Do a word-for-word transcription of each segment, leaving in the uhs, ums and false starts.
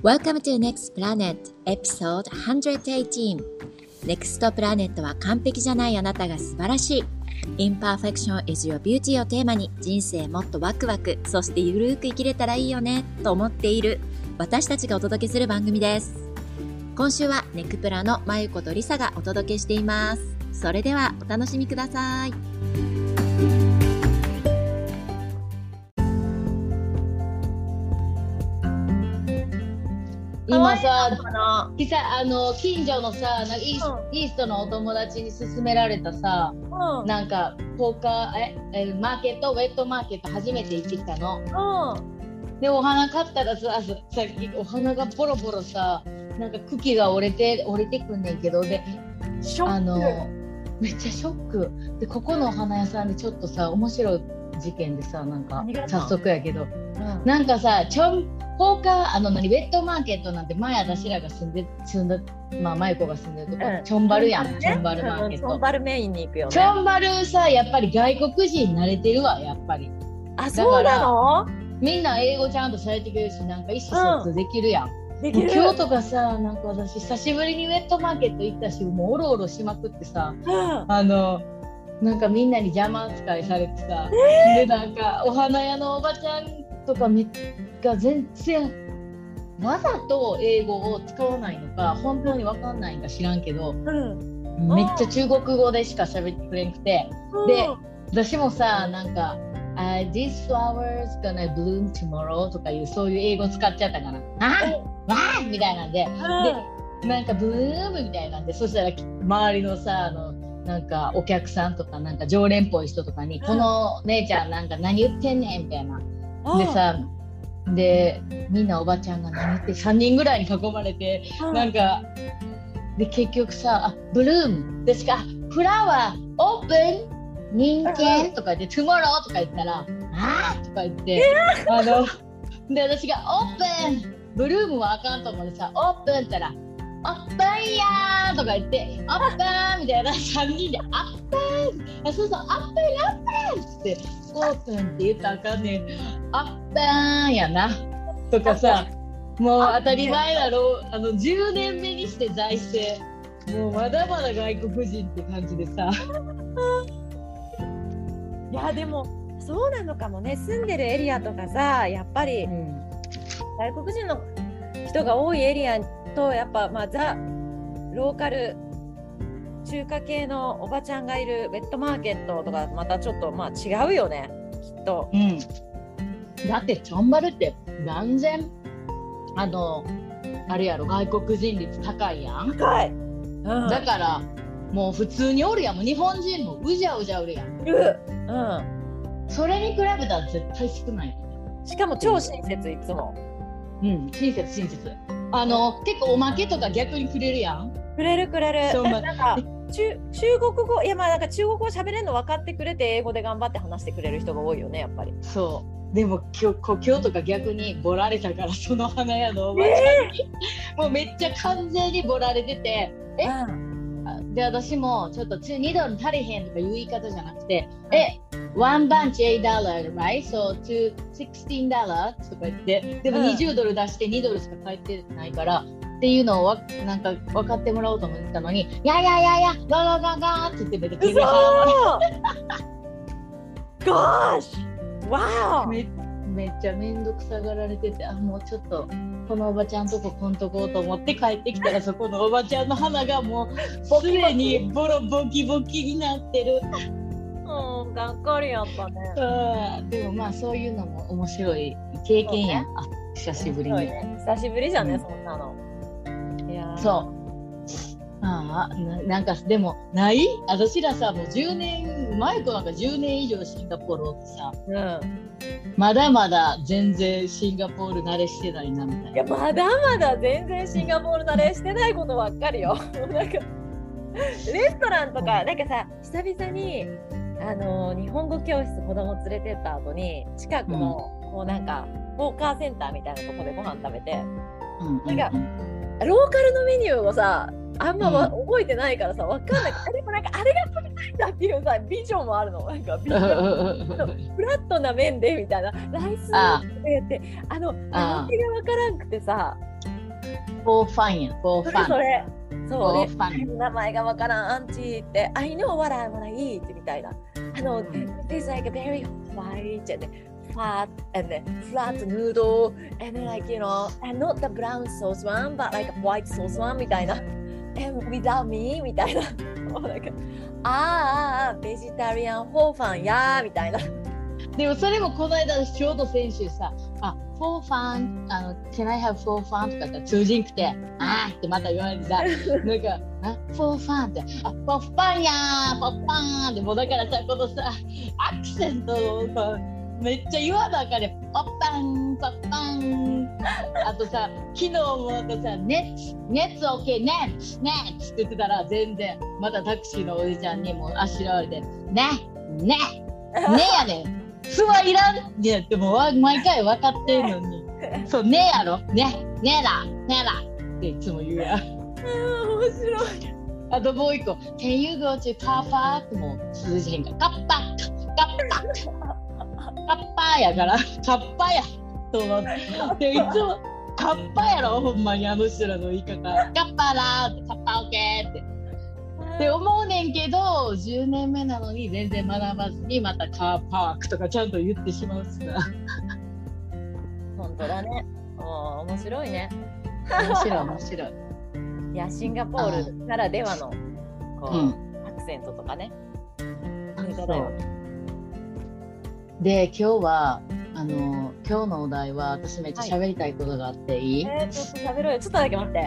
Welcome to Next Planet Episode ひゃくじゅうはち Next Planet は完璧じゃないあなたが素晴らしい Imperfection is your beauty をテーマに人生もっとワクワクそしてゆるく生きれたらいいよねと思っている私たちがお届けする番組です。今週はネクプラのまゆことりさがお届けしています。それではお楽しみください。 今さ、あの近所のさ、なんかイース、うん、イーストのお友達に勧められたさ、うん、なんかポーカーええマーケットウェットマーケット初めて行ってきたの。うん、でお花買ったらさ、さっきお花がポロポロさ、なんか茎が折れて折れてくんねんけど、でショック。 あのめっちゃショックで、ここのお花屋さんでちょっとさ面白い事件でさ、なんか早速やけど、うん、なんかさちょんポーカーあの何ウェットマーケットなんて前私らが住んで住んだまあマイコが住んでるとこ、うん、チョンバルやん、ね、チョンバルマーケット、 チョンバルメインに行くよね。 チョンバルさやっぱり外国人慣れてるわ、やっぱり。 あ、そうなの？ みんな英語ちゃんとされてくれるし、なんか意思疎通できるやん、うん、 できる。 今日とかさ、なんか私久しぶりにウェットマーケット行ったし、もうオロオロしまくってさ、うん、あのなんかみんなに邪魔扱いされてさ、えー、でなんかお花屋のおばちゃんとかめが全然わざと英語を使わないのか本当に分かんないんか知らんけど、うん、めっちゃ中国語でしか喋ってくれなくて、うん、で私もさなんかUh, this flower is gonna bloom tomorrow とかいうそういう英語使っちゃったかな。あわーみたいなんで、でなんかブームみたいなんで、そしたら周りのさあのなんかお客さんとかなんか常連っぽい人とかに、この姉ちゃんなんか何言ってんねんみたいなでさ、でみんなおばちゃんが何言ってさんにんぐらいに囲まれて、なんかで結局さあブルームですか、フラワーオープン人間とか言って、トゥモローとか言ったら、あーとか言って、あの、で、私がオープンブルームはあかんと思ってさ、オープンって言ったら、オープンやーとか言って、オープンみたいなさんにんで、オープンあ、そうそう、オープンオープンって、オープンって言ったらあかんねん、オープンやな、とかさ、もう当たり前だろう、あの、じゅうねんめにして在生、もうまだまだ外国人って感じでさ、 いやでもそうなのかもね。住んでるエリアとかさ、やっぱり、うん、外国人の人が多いエリアとやっぱ、まあ、ザ・ローカル中華系のおばちゃんがいるウェットマーケットとかまたちょっとまあ違うよね、きっと、 うん、だってチョンバルって断然あのあれやろ、外国人率高いやん。 高い、うん、 だからもう普通におるやん、もう日本人もうじゃうじゃおるやん。 うん、 それに比べたら絶対少ない。 しかも超親切、いつも。 うん、親切親切。あの結構おまけとか逆にくれるやん。 くれるくれる。なんか中中国語、いやまあなんか中国語喋れるの分かってくれて英語で頑張って話してくれる人が多いよね、やっぱり。 そう。でも今日今日とか逆にボラれたから、その花屋のおばちゃんに、えー、もうめっちゃ完全にボラれてて、え。うんで私もちょっとにドル足りへんとかいう言い方じゃなくて、うん、え、ワンバンチエイトドラ、right? So to シックスティーンドラ とか言って、でもにじゅうドル出してにドルしか返ってないから、うん、っていうのをわなんか分かってもらおうと思ったのに、いやいやいやいや、ガガガガーって言ってめっちゃ切れ払われた。Gosh! Wow! め, めっちゃめんどくさがられてて、あ、もうちょっとこのおばちゃんとここんとこうと思って帰ってきたら、そこのおばちゃんの花がもうすでにボロボキボキになってる。 うん、がっかりやったね。うん、でもまあそういうのも面白い経験やん、ね、あ久しぶりに、 ね、久しぶりじゃね、うん、そんなの。 いやそうああ な, なんかでもない私らさ、もうじゅうねん前となんかじゅうねん以上シンガポールおってさ、うん、まだまだ全然シンガポール慣れしてないなみたいな。 いやまだまだ全然シンガポール慣れしてないことばっかりよ。なんかレストランとか、なんかさ久々にあの日本語教室子供連れてった後に近くの、うん、もうなんかポーカーセンターみたいなとこでご飯食べて、うん、なんか、うん、ローカルのメニューをさあんま、うん、覚えてないからさ、わかんない。でもなんかあれが食べたいんだっていうさビジョンもあるの。なんかビジョンフラットな麺でみたいなライスってあの名前がわからんくてさ、 for fun や、for それ fun。 それ。そう for で、 fun。 名前がわからんアンチって、I know what I wanna eat みたいな。あの、there's like a very white and fat and then flat noodle and then like you know, and not the brown sauce one, but like a white sauce one みたいな。and without me みたいな。もうなんか、あーあー、ベジタリアンフォーファンやーみたいな。 でもそれもこの間ちょうど先週さ、あ、for fun、あの、can I have for fun とか言ったら通じんくて、あーってまた言われてさ、なんか、あ、for fun って、あ、for fun やー、for fun って、もうだからさ、このさ、アクセントをさ、めっちゃ言わなあかんね。パッパン、パッパン。あとさ、昨日もあとさ、ネッツ、ネッツオッケー、ネッツ、ネッツって言ってたら、全然、またタクシーのおじちゃんにもあしらわれて、ね、ね、ねやねん。つはいらんってやっても毎回分かってんのに、そう、ねやろ、ね、ねだ、ねだっていつも言うやん。 面白い。 あともう一個、Can you go to car park も通じへんから、カッパッ、カッパッ。カッパやから、カッパやと思って、でいつもカッパやろ、ほんまにあの人らの言い方。カッパだーって、カッパオッケーって。って思うねんけど、じゅうねんめなのに全然学ばずにまたカーパークとかちゃんと言ってしまうしな。 本当だね。お面白いね。 面白い面白い。 いや、シンガポールならではのこう、うん、アクセントとかね。本当だよ。 で、今日はあの今日のお題は私めっちゃ喋りたいことがあっていい？ はい、えー、ちょっと喋ろうよ。ちょっとだけ待って。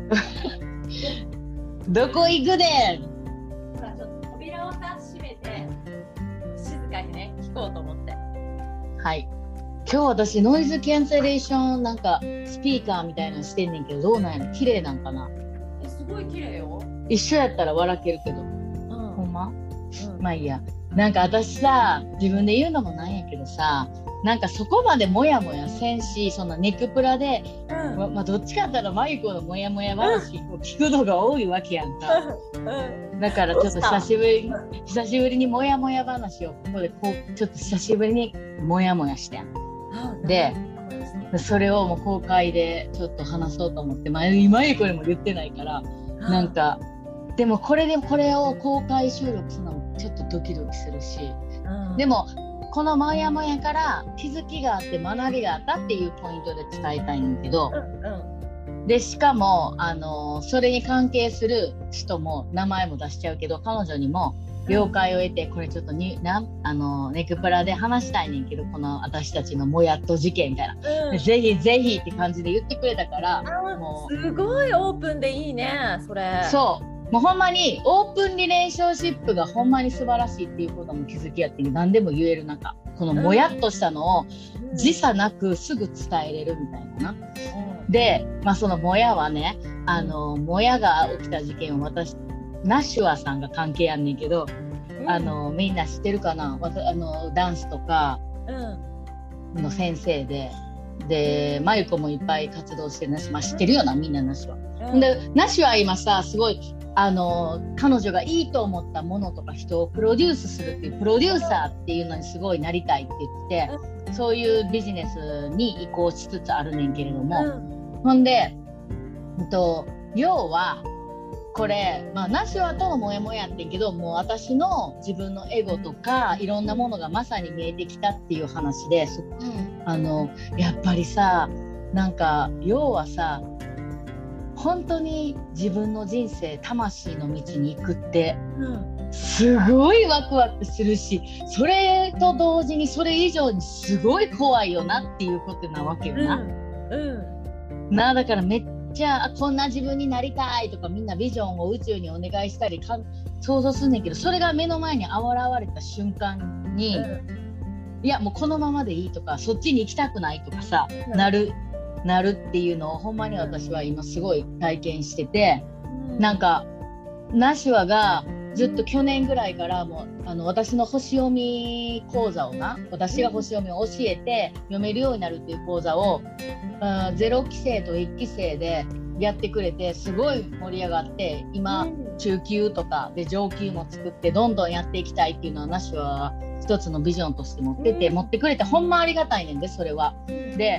どこ行くでん？ ほら、ちょっと扉を閉めて静かにね聞こうと思って。 はい。今日私ノイズキャンセレーションなんかスピーカーみたいなのしてんねんけど、どうなんやろ？綺麗なんかな？ え、すごい綺麗よ。 一緒やったら笑けるけど。うん、ほんま？うん、まあいいや。なんか私さ、自分で言うのもなんやけどさ、なんかそこまでモヤモヤせんし、そのネクプラで、うん、ま, まあどっちかって言ったらマユコのモヤモヤ話を聞くのが多いわけやんか、うん、だからちょっと久しぶりに久しぶりにモヤモヤ話をここでこうちょっと久しぶりにモヤモヤしてん、うん、でそれをもう公開でちょっと話そうと思ってマユコにも言ってないから、なんかでもこれでこれを公開収録するのもちょっとドキドキするし、うん、でもこのモヤモヤから気づきがあって学びがあったっていうポイントで伝えたいんだけど、うんうん、でしかも、あのー、それに関係する人も名前も出しちゃうけど彼女にも了解を得て、うん、これちょっとにな、あのー、ネクプラで話したいねんけどこの私たちのもやっと事件みたいな、うん、ぜひぜひって感じで言ってくれたからもうすごいオープンでいいねそれ。 そうもうほんまにオープンリレーションシップがほんまに素晴らしいっていうことも気づきやって何でも言える中このもやっとしたのを時差なくすぐ伝えれるみたいな、うん、で、まあ、そのもやはねあのもやが起きた事件を私ナシュアさんが関係やんねんけど、うん、あのみんな知ってるかなあのダンスとかの先生で、うん、でマユコもいっぱい活動してるなし、まあ、知ってるよなみんなナシュア、うん、でナシュア今さすごいあの彼女がいいと思ったものとか人をプロデュースするっていうプロデューサーっていうのにすごいなりたいって言ってそういうビジネスに移行しつつあるねんけれども、うん、ほんで、えっと、要はこれ、まあ、ナシュアとのモヤモヤやってんけどもう私の自分のエゴとかいろんなものがまさに見えてきたっていう話で、うん、あのやっぱりさなんか要はさ本当に自分の人生魂の道に行くって、うん、すごいワクワクするしそれと同時にそれ以上にすごい怖いよなっていうことなわけよな、うんうん、なだからめっちゃこんな自分になりたいとかみんなビジョンを宇宙にお願いしたりか想像すんねんけどそれが目の前に現れた瞬間に、うん、いやもうこのままでいいとかそっちに行きたくないとかさ、うん、なるなるっていうのをほんまに私は今すごい体験してて、うん、なんかナシュアがずっと去年ぐらいからもうあの私の星読み講座をな私が星読みを教えて読めるようになるっていう講座をゼロ期生といっき生でやってくれてすごい盛り上がって今中級とかで上級も作ってどんどんやっていきたいっていうのはナシュアは一つのビジョンとして持ってて持ってくれてほんまありがたいねんでそれは。で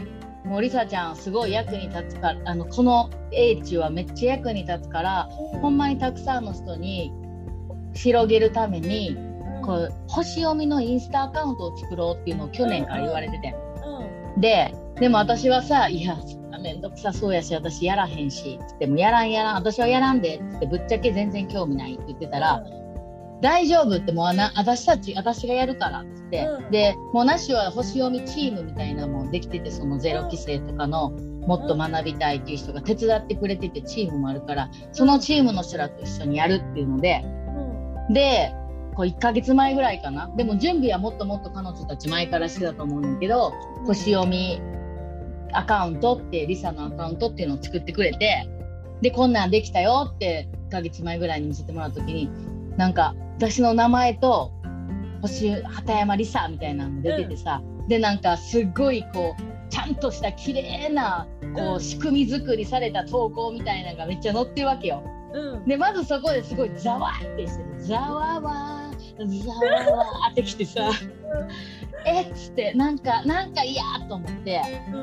もうりさちゃんすごい役に立つから、あのこの英知はめっちゃ役に立つから、うん、ほんまにたくさんの人に広げるために、うん、こう星読みのインスタアカウントを作ろうっていうのを去年から言われてて、うん、ででも私はさ、いやめんどくさそうやし私やらへんしつってもやらんやらん私はやらんでつってぶっちゃけ全然興味ないって言ってたら、うん、大丈夫ってもうあな私たち私がやるからっつって、うん、でもうなしは星読みチームみたいなもんできてて、そのゼロ期生とかのもっと学びたいっていう人が手伝ってくれててチームもあるから、そのチームの人らと一緒にやるっていうので、うん、でこういっかげつまえぐらいかな、でも準備はもっともっと彼女たち前からしてたと思うんだけど、うん、星読みアカウントってリサのアカウントっていうのを作ってくれて、でこんなんできたよっていっかげつまえぐらいに見せてもらった時に、なんか私の名前と星畑山リサみたいなの出ててさ、うん、でなんかすっごいこうちゃんとした綺麗なこう仕組み作りされた投稿みたいなのがめっちゃ載ってるわけよ、うん、でまずそこですごいざわってしてる、ざわわざわわってきてさえっつってなんかなんか嫌と思って、うん、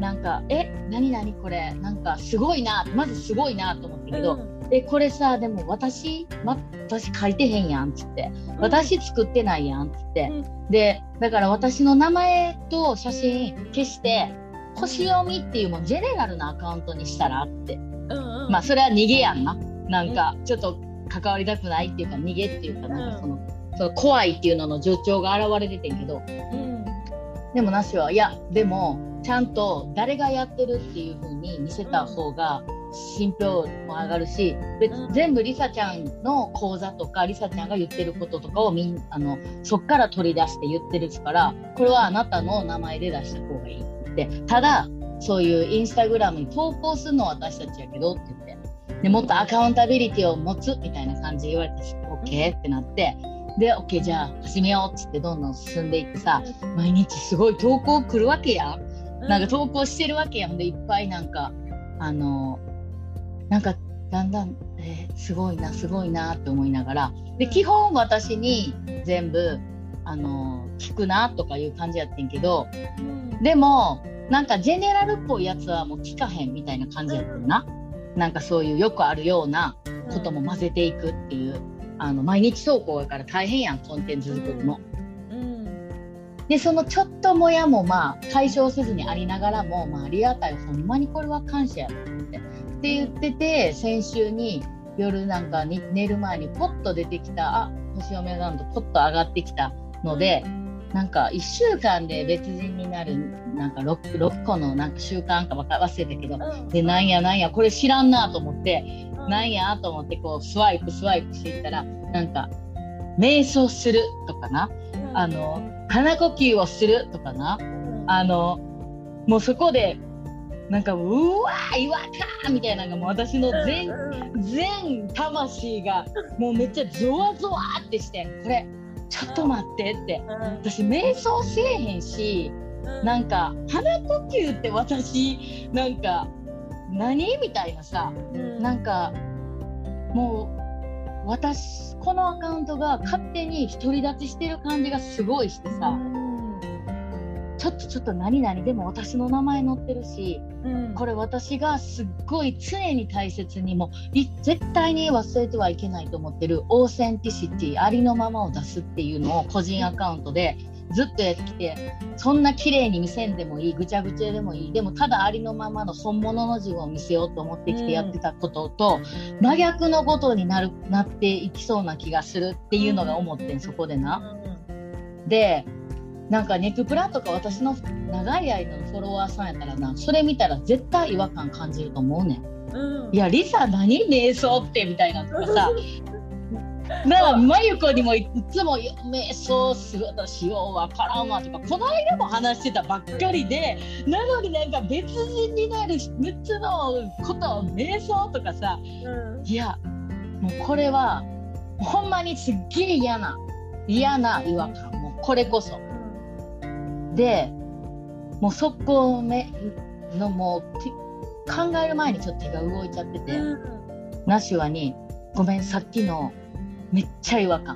なんかえ何何これなんかすごいな、まずすごいなと思ったけど、うん、えこれさでも私、ま、私書いてへんやんっつって、うん、私作ってないやんっつって、うん、でだから私の名前と写真消して星読みっていうもうジェネラルなアカウントにしたらって、うんうん、まあそれは逃げやんな、なんかちょっと関わりたくないっていうか逃げっていうかなんかその、うん、その怖いっていうのの助長が現れててんけど、うん、でもなしはいやでもちゃんと誰がやってるっていう風に見せた方が信憑も上がるし、別、うん、全部リサちゃんの講座とかリサちゃんが言ってることとかをみんあのそっから取り出して言ってるから、これはあなたの名前で出した方がいいって、ただそういうインスタグラムに投稿するのは私たちやけどって言って、でもっとアカウンタビリティを持つみたいな感じで言われて OK ってなって、で OK じゃあ始めようっつってどんどん進んでいってさ、毎日すごい投稿来るわけやん、なんか投稿してるわけやんで、いっぱいなんかあのなんかだんだん、えー、すごいなすごいなって思いながら、で基本私に全部あの聞くなとかいう感じやってんけど、うん、でもなんかジェネラルっぽいやつはもう聞かへんみたいな感じやってんな、うん、なんかそういうよくあるようなことも混ぜていくっていう、うん、あの毎日投稿やから大変やんコンテンツ作りも、うんうん、でそのちょっともやもまあ解消せずにありながらも、まあ、ありがたい、ほんまにこれは感謝やってって言ってて、先週に夜なんかに寝る前にポッと出てきた、あ星読みなんとポッと上がってきたので、なんかいっしゅうかんで別人になるなんか 6, ろっこのなんか習慣か忘れたけど、うん、でなんやなんやこれ知らんなと思って、うん、なんやと思ってこうスワイプスワイプしていったら、なんか瞑想するとかな、うん、あの鼻呼吸をするとかな、うん、あのもうそこでなんかうわー違和感みたいなのがもう私の全、うん、全魂がもうめっちゃゾワゾワってして、これちょっと待ってって、うん、私瞑想せえへんし、うん、なんか鼻呼吸って私なんか何みたいなさ、うん、なんかもう私このアカウントが勝手に独り立ちしてる感じがすごいしてさ、うんちょっとちょっと何々でも私の名前載ってるし、うん、これ私がすっごい常に大切にも絶対に忘れてはいけないと思ってるオーセンティシティ、ありのままを出すっていうのを個人アカウントでずっとやってきて、そんな綺麗に見せんでもいい、ぐちゃぐちゃでもいい、でもただありのままの本物の自分を見せようと思ってきてやってたことと、うん、真逆のことになるなっていきそうな気がするっていうのが思ってん、そこでな、うん、でなんかネクプラとか私の長い間のフォロワーさんやったらな、それ見たら絶対違和感感じると思うねん、うん、いやリサ何瞑想ってみたいなとかさだから真由子にもいつも瞑想するとしようわからんわとかこの間も話してたばっかりで、なのになんか別人になるむっつのことを瞑想とかさ、うん、いやもうこれはほんまにすっげえ嫌な嫌な違和感、もうこれこそでもう速攻目のもう考える前にちょっと手が動いちゃってて、うん、ナシュワにごめんさっきのめっちゃ違和感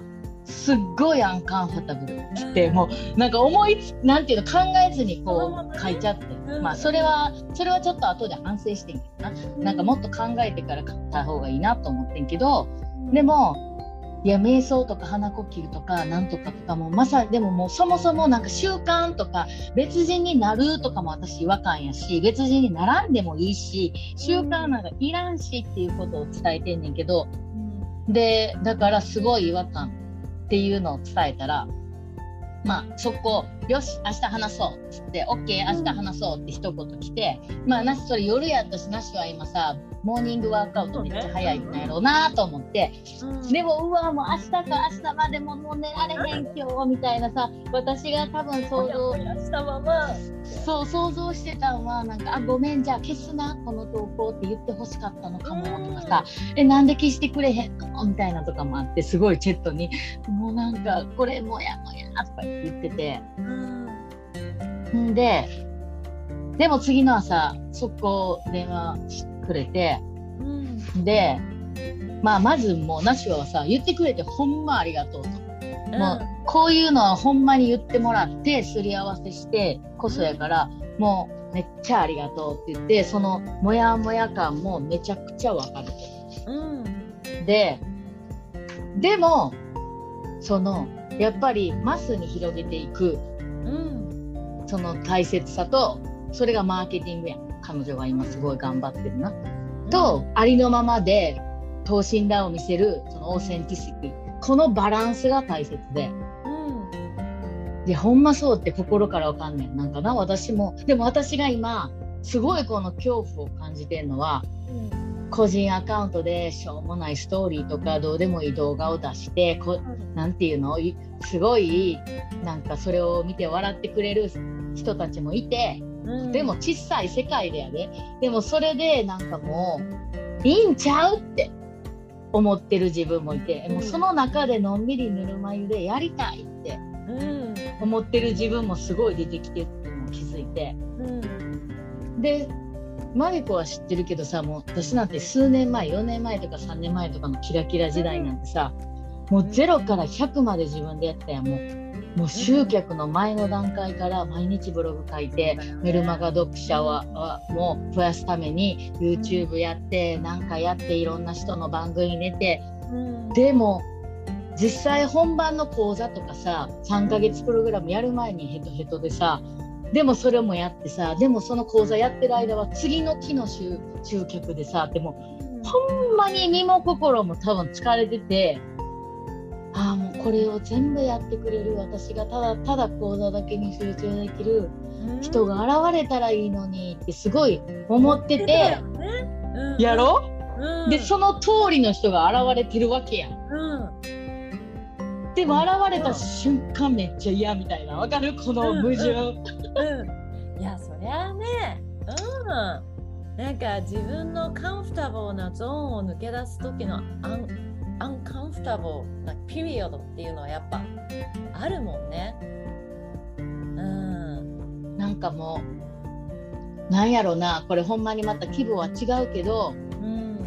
すっごいアンカンファタブルってもうなんか思いつなんていうの考えずにこう書いちゃって、うん、まあそれはそれはちょっと後で反省してんけどな、うん、なんかもっと考えてから書いた方がいいなと思ってんけど、うん、でもいや瞑想とか鼻呼吸とかなんとかとかもまさにでももうそもそもなんか習慣とか別人になるとかも私違和感やし、別人にならんでもいいし習慣なんかいらんしっていうことを伝えてんねんけど、うん、でだからすごい違和感っていうのを伝えたら、まあそこよし明日話そうっつって オーケー 明日話そうって一言来て、まあなしそれ夜やったしなしは今さモーニングワークアウトめっちゃ早いんやろうなと思って、うん、でもうわもう明日か明日までももう寝られへん今日みたいなさ、私が多分想像したままそう想像してたのはなんかあごめんじゃあ消すなこの投稿って言ってほしかったのかもとかさ、うん、えなんで消してくれへんのみたいなとかもあって、すごいチェットにもうなんかこれもやもやとか言ってて、うん、ででも次の朝速攻電話してくれて、うん、で、まあ、まずもうナシはさ言ってくれてほんまありがとうと、うん、もうこういうのはほんまに言ってもらってすり合わせしてこそやから、うん、もうめっちゃありがとうって言って、そのモヤモヤ感もめちゃくちゃわかると、うん、ででもそのやっぱりマスに広げていく、うん、その大切さと、それがマーケティングやん、彼女が今すごい頑張ってるな、うん、とありのままで等身大を見せるそのオーセンティシティ、このバランスが大切で、うん、でほんまそうって心からわかんねん。なんかな私もでも私が今すごいこの恐怖を感じてるのは、うん、個人アカウントでしょうもないストーリーとかどうでもいい動画を出してこなんていうのすごいなんかそれを見て笑ってくれる人たちもいて、うん、でも小さい世界でやで、でもそれでなんかもういいんちゃうって思ってる自分もいて、うん、もうその中でのんびりぬるま湯でやりたいって思ってる自分もすごい出てきてるっていうのを気づいて、うん、でマリコは知ってるけどさ、もう私なんて数年前よねんまえとかさんねんまえとかのキラキラ時代なんてさ、もうゼロからひゃくまで自分でやったやん。もうもう集客の前の段階から毎日ブログ書いて、メルマガ読者はもう増やすために YouTube やってなんかやっていろんな人の番組に出て、でも実際本番の講座とかささんかげつプログラムやる前にヘトヘトでさ、でもそれもやってさ、でもその講座やってる間は次の期の 集, 集客でさ、でもほんまに身も心も多分疲れてて、ああもうこれを全部やってくれる私がただただ講座だけに集中できる人が現れたらいいのにってすごい思ってて、うん、やろ、うん、でその通りの人が現れてるわけやん、うん、でも現れた瞬間めっちゃ嫌みたいな、わかるこの矛盾、うんうんうん、いやそりゃあね、うんなんか自分のカンフタボーなゾーンを抜け出す時のアンアンカンフタボーなピリオドっていうのはやっぱあるもんね。うん。 なんかもうなんやろな、これほんまにまた規模は違うけど、うん、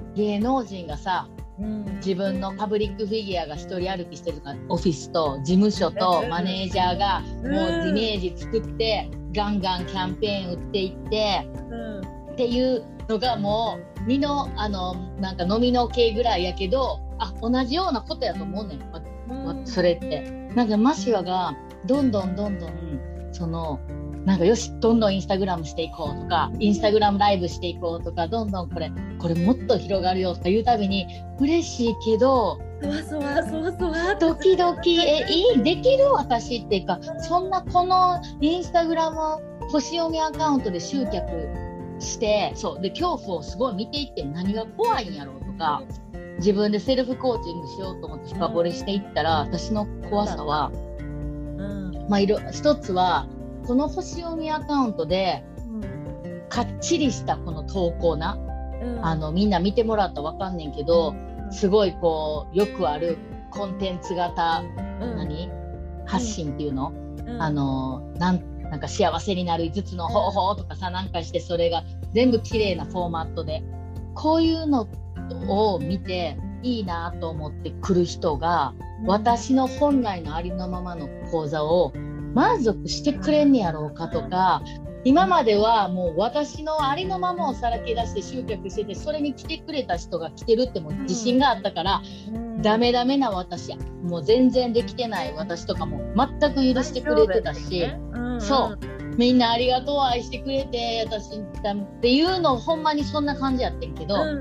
芸能人がさ、うん、自分のパブリックフィギュアが一人歩きしてるから、オフィスと事務所とマネージャーがもうイメージ作ってガンガンキャンペーン売っていって、うん、っていうのがもう身のあのなんか飲みの系ぐらいやけど、あ同じようなことやと思うねん、うん、それってなんかマシワがどんどんどんどんそのなんかよしどんどんインスタグラムしていこうとか、インスタグラムライブしていこうとか、どんどんこれこれもっと広がるよとか言うたびに嬉しいけど、 そわそわそわそわドキドキえいいできる私っていうか、そんなこのインスタグラム星読みアカウントで集客してそうで恐怖をすごい見ていって何が怖いんやろうとか、自分でセルフコーチングしようと思って深掘りしていったら、うん、私の怖さは、うんまあ、いろ一つはこの星読みアカウントで、うん、かっちりしたこの投稿な、うん、あのみんな見てもらったら分かんねんけど、うん、すごいこうよくあるコンテンツ型、うん、何発信っていうの、うん、あのなんなんか幸せになるいつつの方法とかさ、なんかしてそれが全部綺麗なフォーマットでこういうのを見ていいなと思って来る人が、うん、私の本来のありのままの講座を満足してくれんねやろうかとか、今まではもう私のありのままをさらけ出して集客してて、それに来てくれた人が来てるっても自信があったから、うん、ダメダメな私、もう全然できてない私とかも全く許してくれてたし、ねうんうん、そうみんなありがとう愛してくれて私っていうのほんまにそんな感じやってんけど、うん、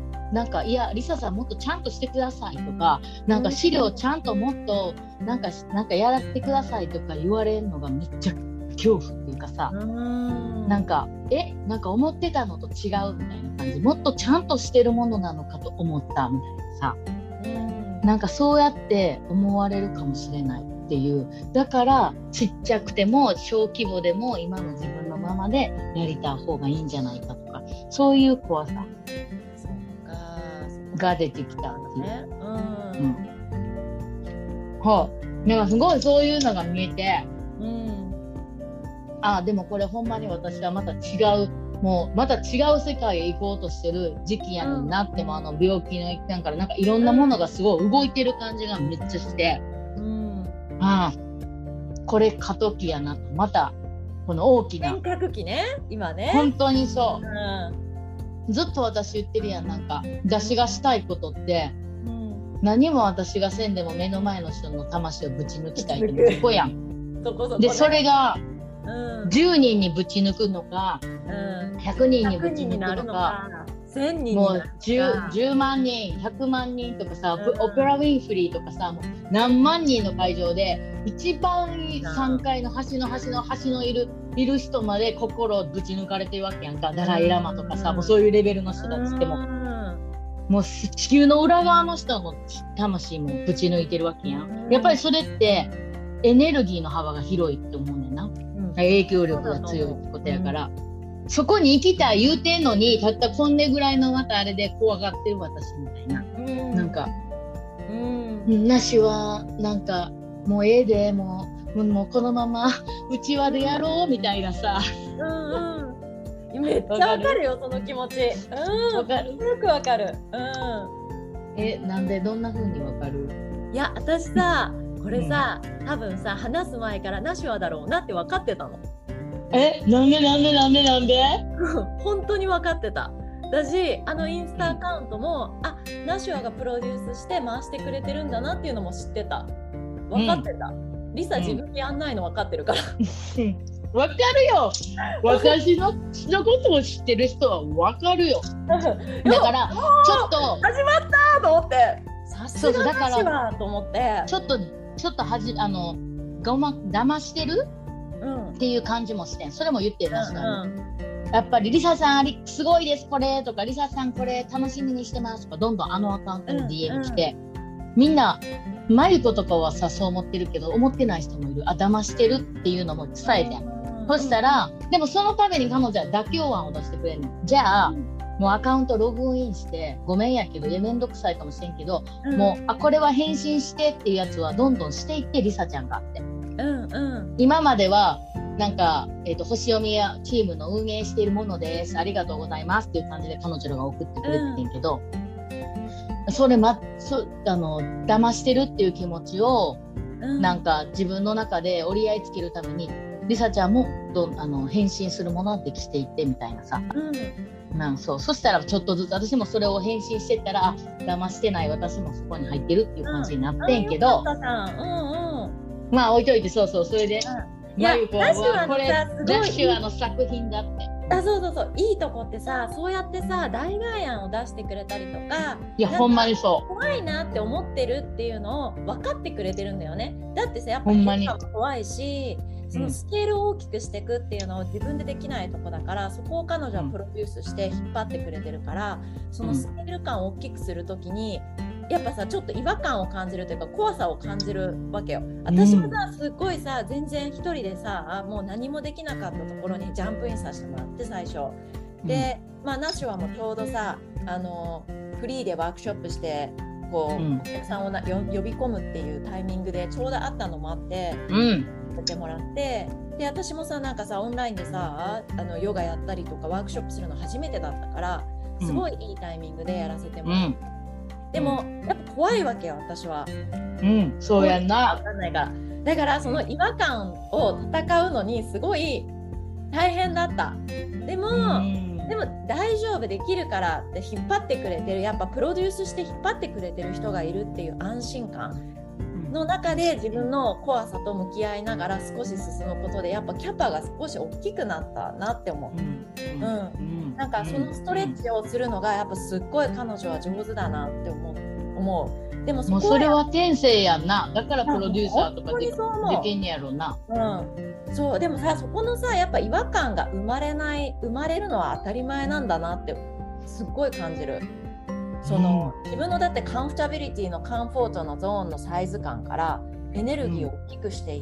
なんかいやリサさんもっとちゃんとしてくださいとか、なんか資料ちゃんともっとなんかなんかやらせてくださいとか言われるのがめっちゃ恐怖っていうかさ、うんなんかえなんか思ってたのと違うみたいな感じ、もっとちゃんとしてるものなのかと思ったみたいなさ、うん、なんかそうやって思われるかもしれないっていう、だからちっちゃくても小規模でも今の自分のままでやりた方がいいんじゃないかとか、そういう怖さが出てきたっていう、うんうん、はあ、なんかすごいそういうのが見えて、うん、あでもこれほんまに私はまた違うもうまた違う世界へ行こうとしてる時期やのになっても、うん、あの病気の一端からなんかいろんなものがすごい動いてる感じがめっちゃして、うん、ああこれ過渡期やなと、またこの大きな変革期ね今ね、 本当にそう、うん、ずっと私言ってるやん、なんか私がしたいことって、うん、何も私がせんでも目の前の人の魂をぶち抜きたいってそこやんそこそこ、ね、でそれがうん、じゅうにんにぶち抜くのか、うん、ひゃくにんにぶち抜くのか、 せんにんにもう 10, じゅうまんにんひゃくまんにんとかさ、うん、オペラ・ウィンフリーとかさもう何万人の会場で一番さんかいの端の端の端のいるいる人まで心をぶち抜かれてるわけやんか、ダライ・ラマとかさ、うん、もうそういうレベルの人たちっても、うん、もう地球の裏側の人の魂もぶち抜いてるわけやん、うん、やっぱりそれってエネルギーの幅が広いって思うねんな、影響力が強いってことやから、うん、そこに行きたい言うてんのにたったこんねぐらいのまたあれで怖がってる私みたいな、うん、なんか、うん、なしはなんかもうええでもう、もうこのままうちわでやろうみたいなさ、 うんうん、めっちゃわかるよその気持ち、うん、わかるよくわかる、 うん、えなんでどんな風にわかる？ いや私さこれさ、うん、多分さ話す前からナシュワだろうなって分かってたの。 えなんでなんでなんでなんで本当に分かってた。だしあのインスタアカウントも、うん、あナシュワがプロデュースして回してくれてるんだなっていうのも知ってた。分かってた、うん、リサ自分でやんないの分かってるから、 うん、分かるよ私ののことを知ってる人は分かるよだからちょっと始まったと思ってさすがナシュワと思ってちょっとちょっとはじあのごま騙してる、うん、っていう感じもしてん、それも言ってる確かに、うんうん、やっぱりリサさんすごいですこれとかリサさんこれ楽しみにしてますとかどんどんあのアカウントに ディーエム 来て、うんうん、みんなマユコとかはさそう思ってるけど思ってない人もいる、あ騙してるっていうのも伝えてん、うん、そしたらでもそのために彼女は妥協案を出してくれるの、じゃあ、うんもうアカウントログインしてごめんやけどめんどくさいかもしれんけど、うん、もうあこれは返信してっていうやつはどんどんしていってリサちゃんがあって、うんうん、今まではなんか、えーと、星読みやチームの運営しているものですありがとうございますっていう感じで彼女らが送ってくれてんけど、うん、それまそあの騙してるっていう気持ちを、うん、なんか自分の中で折り合いつけるためにリサちゃんもどあの返信するものはできていってみたいなさ、うん、なんそうそしたらちょっとずつ私もそれを返信してったらあ騙してない私もそこに入ってるっていう感じになってんけど、うんうんうん、まあ置いといてそうそうそれで、 うん、いやダッシュはこれダッシュはの作品だってあそうそうそういいとこってさそうやってさ代替案を出してくれたりとかいやほんまにそう怖いなって思ってるっていうのを分かってくれてるんだよね。だってさやっぱり変化も怖いしそのスケールを大きくしていくっていうのを自分でできないとこだから、そこを彼女はプロデュースして引っ張ってくれてるから、そのスケール感を大きくするときにやっぱさちょっと違和感を感じるというか怖さを感じるわけよ。私もさすっごいさ全然一人でさもう何もできなかったところにジャンプインさせてもらって最初で、まあナシュはもうちょうどさあのフリーでワークショップしてこう、うん、お客さんをな呼び込むっていうタイミングでちょうどあったのもあって、うんてもらってで私もさなんかさオンラインでさあのヨガやったりとかワークショップするの初めてだったからすごいいいタイミングでやらせてもらって、 でもやっぱ怖いわけよ私は。 うんそうやんな。 分かんないから。だからその違和感を戦うのにすごい大変だった。でも、うん、でも大丈夫できるからって引っ張ってくれてる、やっぱプロデュースして引っ張ってくれてる人がいるっていう安心感の中で自分の怖さと向き合いながら少し進むことでやっぱキャパが少し大きくなったなって思う、うんうん、なんかそのストレッチをするのがやっぱすっごい彼女は上手だなって思う、思う。でも そ, もうそれは天性やんな。だからプロデューサーとか で, できんやろうな、 うん、そうでもさそこのさやっぱ違和感が生まれない生まれるのは当たり前なんだなってすっごい感じる。その、うん、自分のだってカンフタビリティのカンフォートのゾーンのサイズ感からエネルギーを大きくしていって、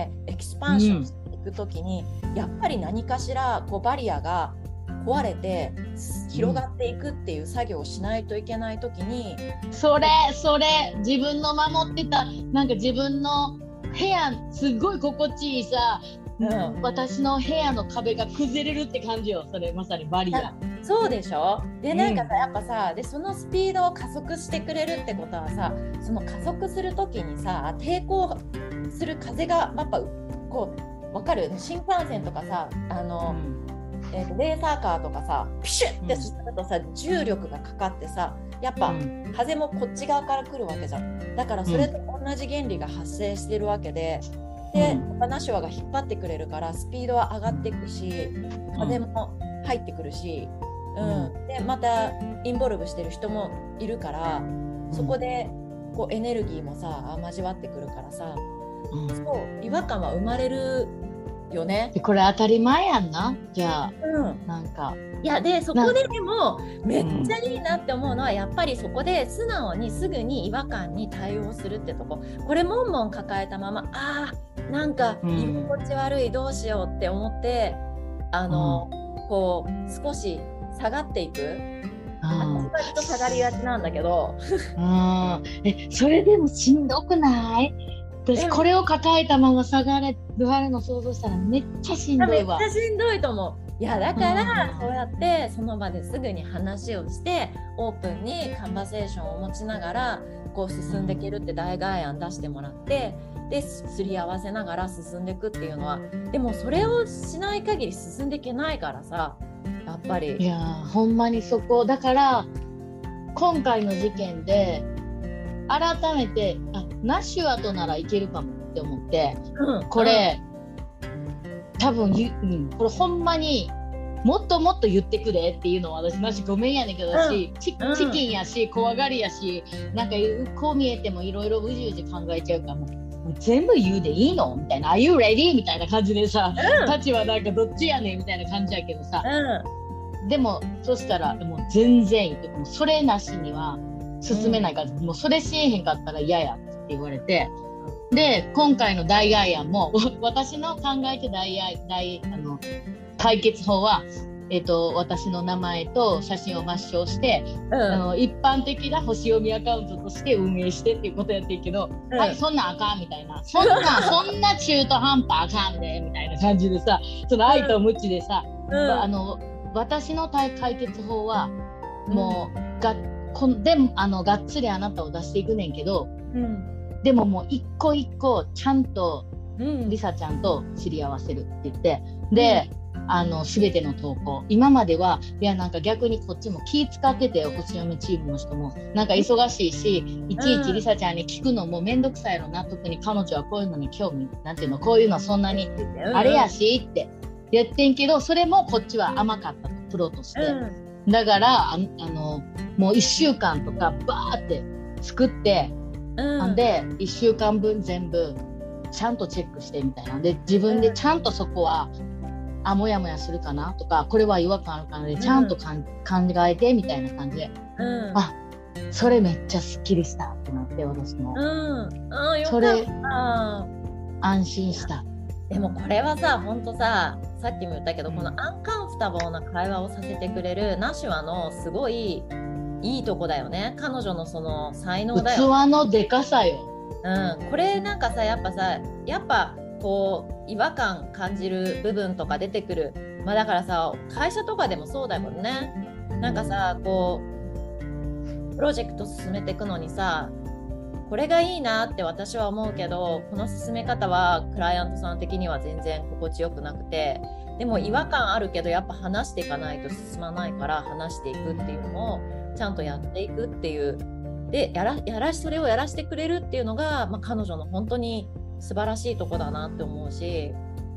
うん、エキスパンションしていくときに、うん、やっぱり何かしらこうバリアが壊れて広がっていくっていう作業をしないといけないときに、 うん、それそれ自分の守ってたなんか自分の部屋すごい心地いいさ、うん、私の部屋の壁が崩れるって感じよ。それまさにバリア。 そうでしょ。でなんかさ、うん、やっぱさでそのスピードを加速してくれるってことはさその加速するときにさ抵抗する風がやっぱこう分かる。新幹線とかさあの、うんえー、とレーサーカーとかさピシュッて進むとさ、うん、重力がかかってさやっぱ、うん、風もこっち側から来るわけじゃん。だからそれと同じ原理が発生してるわけで、うん、でナシュアが引っ張ってくれるからスピードは上がっていくし風も入ってくるし、うんうん、でまたインボルブしてる人もいるからそこでこうエネルギーもさ交わってくるからさ、うん、そう違和感は生まれるよね。 これ当たり前やんな。じゃあ、うん、なんかいやでそこででもめっちゃいいなって思うのは、うん、やっぱりそこで素直にすぐに違和感に対応するってとこ。これもんもん抱えたままあーなんか居心地悪いどうしようって思ってあの、うん、こう少し下がっていく。私割と下がりがちなんだけどあえそれでもしんどくない？私これを抱えたまま下がれるの想像したらめっちゃしんどいわ。 めっちゃしんどいと思う。いやだからそうやってその場ですぐに話をしてオープンにカンバセーションを持ちながらこう進んでいけるって大概案出してもらってですり合わせながら進んでいくっていうのはでもそれをしない限り進んでいけないからさやっぱり。 いやほんまにそこだから今回の事件で改めてあナシュアとならいけるかもって思って、うん、これ、うん、多分、うん、これほんまにもっともっと言ってくれっていうのは私マジごめんやねんけどだし、うん、チ, チキンやし怖がりやしなんかこう見えてもいろいろうじうじ考えちゃうからもう全部言うでいいのみたいな Are you ready? みたいな感じでさ、うん、タチはなんかどっちやねんみたいな感じやけどさ、うん、でもそしたらもう全然いいってもうそれなしには進めないから、うん、もうそれしえへんかったら嫌やって言われてで今回の代替案も私の考えて代大あの解決法は、えーと、私の名前と写真を抹消して、うん、あの一般的な星読みアカウントとして運営してっていうことやってるけど、うん、はいそんなんあかんみたいなそんなそんな中途半端あかんでみたいな感じでさその愛と無知でさ、うん、あの私の解決法はもうがこでもあのがっつりあなたを出していくねんけど、うん、でももう一個一個ちゃんとリサちゃんと知り合わせるって言ってで、うん、あの全ての投稿今まではいやなんか逆にこっちも気使ってて星読みチームの人もなんか忙しいしいちいちリサちゃんに聞くのもめんどくさいのな特に彼女はこういうのに興味なんていうのこういうのそんなにあれやしってやってんけどそれもこっちは甘かったとプロとして、うん、だからあのもういっしゅうかんとかバーって作って、うん、でいっしゅうかんぶん全部ちゃんとチェックしてみたいなで自分でちゃんとそこは、うん、あもやもやするかなとかこれは違和感あるかなでちゃんとかん、うん、考えてみたいな感じで、うん、あそれめっちゃすっきりしたってなって私も、うん、あよかったそれ安心した。 でもこれはさほんとささっきも言ったけど、うん、このアンカンフタボーな会話をさせてくれるナシュアのすごいいいとこだよね。彼女のその才能だよ。 器のでかさよ。 うん、これなんかさやっぱさやっぱこう違和感感じる部分とか出てくる。まあだからさ会社とかでもそうだもんね。なんかさこうプロジェクト進めていくのにさ、これがいいなって私は思うけど、この進め方はクライアントさん的には全然心地よくなくて、でも違和感あるけどやっぱ話していかないと進まないから話していくっていうのをちゃんとやっていくっていう、でやらやらしそれをやらせてくれるっていうのが、まあ、彼女の本当に素晴らしいとこだなって思うし、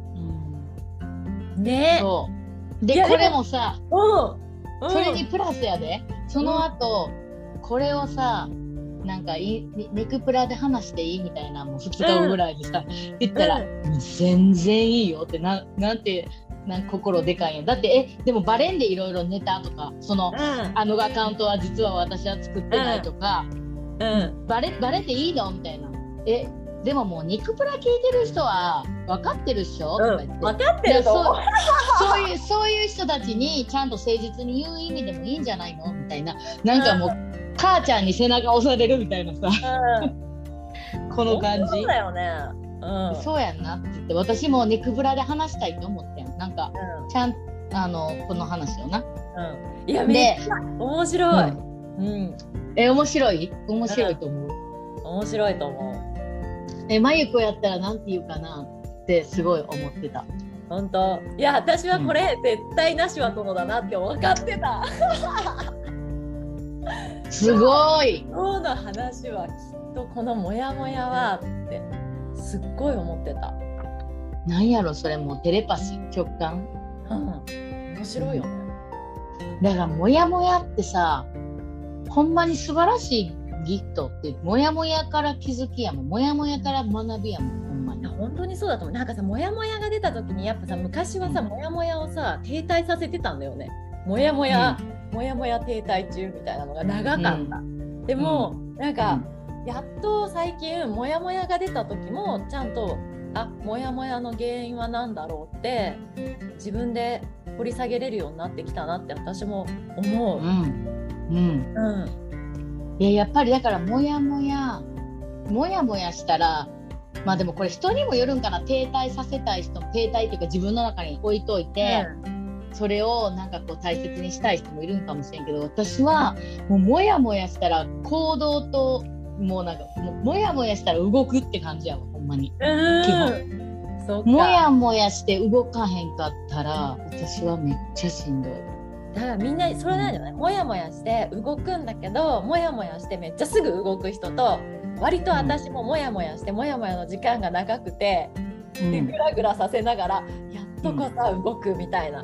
うん、ね。 そうでこれもさ、 うん、 それにプラスやで、その後、うん、これをさなんかいネクプラで話していいみたいなもうふつかごぐらいでさ、うん、言ったら、うん、全然いいよってななんてなん心でかいんや。だってえでもバレンでいろいろネタとかその、うん、あのアカウントは実は私は作ってないとか、うんうん、バレバレていいのみたいな。えでももうニクプラ聞いてる人は分かってるっしょ、うん、とか言って分かってるとそうそういうそういう人たちにちゃんと誠実に言う意味でもいいんじゃないのみたいな、なんかもう、うん、母ちゃんに背中押されるみたいなさ、うん、この感じ。 そうだよね、うん、 そうやんなって言って、私もニクプラで話したいと思ってん。なんか、うん、ちゃんあのこの話をな、 うん、いやめっちゃ面白い、うんうん、 え面白い面白いと思う、 うん、面白いと思う。 えまゆこやったらなんて言うかなってすごい思ってた。 本当いや私はこれ、うん、絶対なしは殿だなって分かってたすごい今日の話はきっとこのモヤモヤはってすっごい思ってた。 なんやろそれもうテレパシー直感、 うん、面白いよね。 だからモヤモヤってさほんまに素晴らしいギフトって、モヤモヤから気づきやもん、モヤモヤから学びやもん。ほんまに本当にそうだと思う。なんかさモヤモヤが出た時にやっぱさ昔はさ、うん、モヤモヤをさ停滞させてたんだよね。モヤモヤ、うん、モヤモヤ停滞中みたいなのが長かった、うん、でも、うん、なんか、うん、やっと最近モヤモヤが出た時もちゃんとあモヤモヤの原因は何だろうって自分で掘り下げれるようになってきたなって私も思う。うんうんうんいややっぱりだからモヤモヤモヤモヤしたらまあでもこれ人にもよるんかな。停滞させたい人も停滞っていうか自分の中に置いといて、うん、それをなんかこう大切にしたい人もいるんかもしれんけど、私はもうモヤモヤしたら行動ともうなんかもうモヤモヤしたら動くって感じやわほんまに、うん、基本そうか。モヤモヤして動かへんかったら私はめっちゃしんどい。 だからみんなそれなんじゃない、モヤモヤして動くんだけどモヤモヤしてめっちゃすぐ動く人と、割と私もモヤモヤしてモヤモヤの時間が長くて、うん、でグラグラさせながらやっとこそ動くみたいな、うん、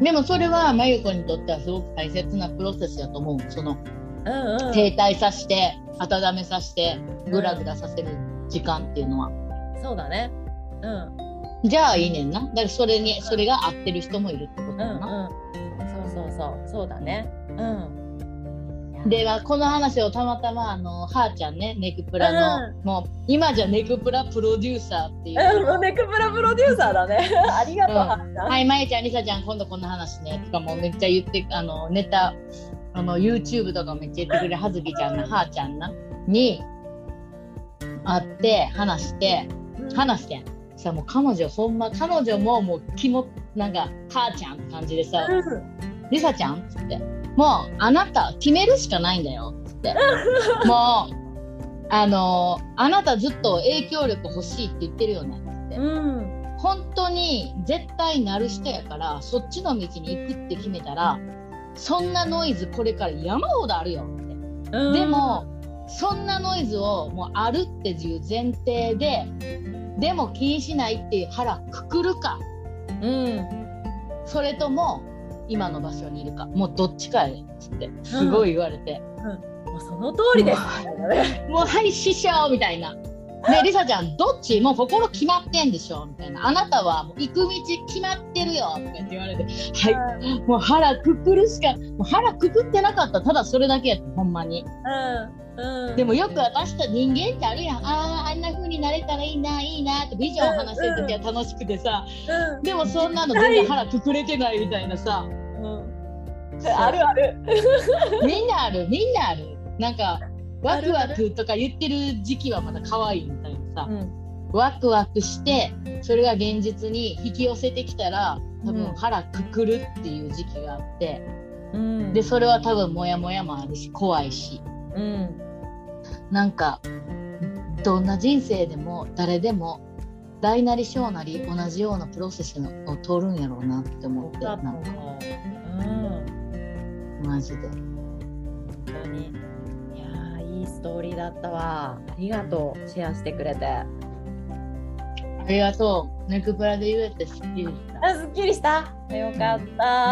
でもそれはまゆこにとってはすごく大切なプロセスだと思う。その、うんうん、停滞させて温めさせてグラグラさせる時間っていうのは、 うん、そうだね、うん、 じゃあいいねんな。だからそれにそれが合ってる人もいるってことだな、 うんうんそうそうそうだね。うん。 ではこの話をたまたまあのはーちゃんねネクプラの、うん、もう今じゃネクプラプロデューサーっていう、 うん、ネクプラプロデューサーだねありがとう、うん、はーちゃん。 はいまゆちゃんりさちゃん今度こんな話ねとかもめっちゃ言ってあのネタあの YouTube とかめっちゃ言ってくれるはずきちゃんなはーちゃんなに会って話して話してんさもう彼女そんな彼女ももう気もなんかはーちゃんって感じでさ、うんりさちゃんっつってもうあなた決めるしかないんだよっつってもうあのー、あなたずっと影響力欲しいって言ってるよねっつって、うん、本当に絶対なる人やからそっちの道に行くって決めたらそんなノイズこれから山ほどあるよって、うん、でもそんなノイズをもうあるっていう前提ででも気にしないっていう腹くくるか、うん、それとも今の場所にいるかもうどっちかやっつってすごい言われて、 うんうん、もうその通りですもうはい師匠みたいなねりさちゃんどっちもう心決まってんでしょみたいなあなたはもう行く道決まってるよとかって言われてはいもう腹くくるしかもう腹くくってなかったただそれだけやってほんまに、うんうん、でもよく私と人間ってあるやんあーあんな風になれたらいいないいなってビジョンを話してる時は楽しくてさ、うんうん、でもそんなの全然腹くくれてないみたいなさ、はいうん、あるあるみんなあるみんなあるなんかワクワクとか言ってる時期はまだ可愛いみたいなさ、うん、ワクワクしてそれが現実に引き寄せてきたら多分腹くくるっていう時期があって、 うん、 でそれは多分モヤモヤもあるし怖いし、 うん、 なんかどんな人生でも誰でも大なり小なり同じようなプロセスを通るんやろうなって思って、なんか、うん、マジで本当にいやいいストーリーだったわ。ありがとう、シェアしてくれて。ありがとう。ネクプラで言えてすっきりした。 あ、すっきりした。よかった。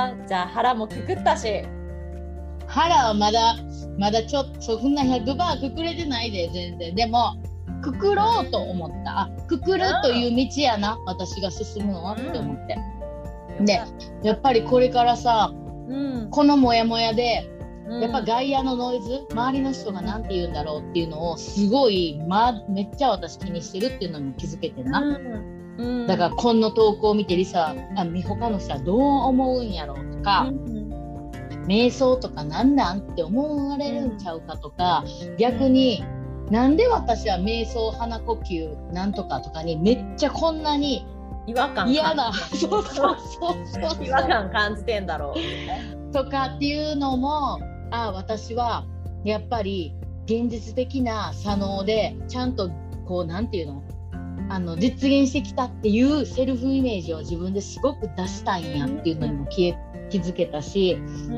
じゃあ腹もくくったし。 腹はまだまだちょっとそんなひゃくパーセントくくれてないで全然。でもくくろうと思った。あ、くくるという道やな、私が進むのはって思って、うん、でやっぱりこれからさ、うん、このモヤモヤで、うん、やっぱ外野のノイズ、周りの人が何て言うんだろうっていうのをすごい、ま、めっちゃ私気にしてるっていうのにも気づけてんな、うんうん、だからこの投稿を見てリサ、あ、他の人はどう思うんやろうとか、うん、瞑想とかなんなんって思われるんちゃうかとか、逆になんで私は瞑想、鼻呼吸なんとかとかにめっちゃこんなに違和感嫌なそうそうそうそう違和感感じてんだろうとかっていうのも、あ、私はやっぱり現実的な左脳でちゃんとこうなんていうの、あの実現してきたっていうセルフイメージを自分ですごく出したいんやっていうのにも気気づけたし、うん、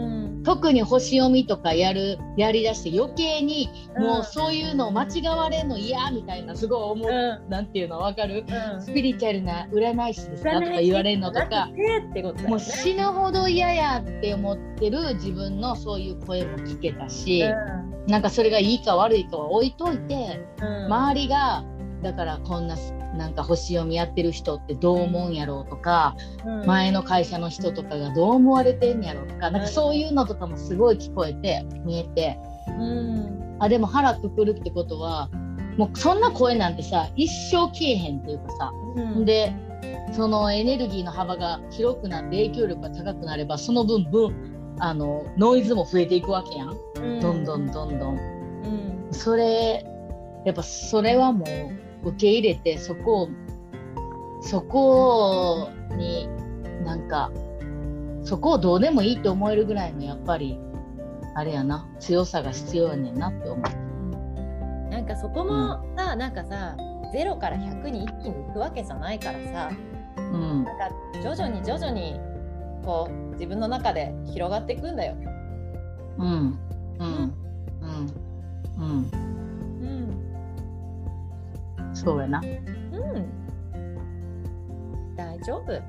特に星読みとかやるやりだして余計にもうそういうのを間違われんの嫌みたいなすごい思う、うん、なんていうの分かる、うん、スピリチュアルな占い師ですかとか言われるのとか、 ってことだよね、 もう死ぬほど嫌やって思ってる自分のそういう声も聞けたし、うん、なんかそれがいいか悪いかは置いといて、うん、周りがだからこんななんか星読みやってる人ってどう思うんやろうとか、うん、前の会社の人とかがどう思われてんやろうとか、なんかそういうのとかもすごい聞こえて見えて、うん、あ、でも腹くくるってことはもうそんな声なんてさ一生消えへんっていうかさ、うん、でそのエネルギーの幅が広くなって影響力が高くなればその分分あのノイズも増えていくわけやん、うん、どんどんどんどん、うん、それやっぱそれはもう受け入れて、そこをそこになんかそこをどうでもいいと思えるぐらいのやっぱりあれやな、強さが必要やねんなって思う。 なんかそこもさ、うん、なんかさゼロからひゃくに一気にいくわけじゃないからさ、うん、なんか徐々に徐々にこう自分の中で広がっていくんだよ。 うんうんうんうん。そうやな。うん。 大丈夫。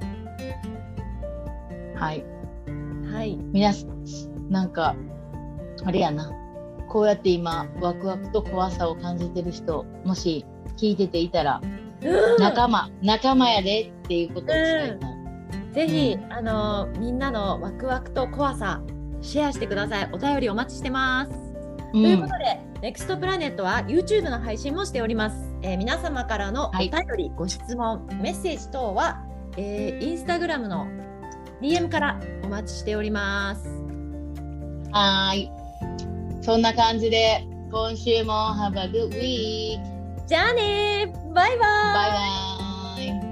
はい。 はい。 皆さんなんかあれやな。こうやって今ワクワクと怖さを感じてる人、もし聞いてていたら、うん、仲間仲間やでっていうことを伝えたい。 うん、ぜひ、うん、あのみんなのワクワクと怖さシェアしてください。お便りお待ちしてます。うん、ということで、ネクストプラネットは YouTube の配信もしております。えー、皆様からのお便り、はい、ご質問、メッセージ等は、えー、インスタグラムの ディーエム からお待ちしております。 はい。そんな感じで、今週も Have a good week! じゃあねー、バイバーイ。 バイバーイ。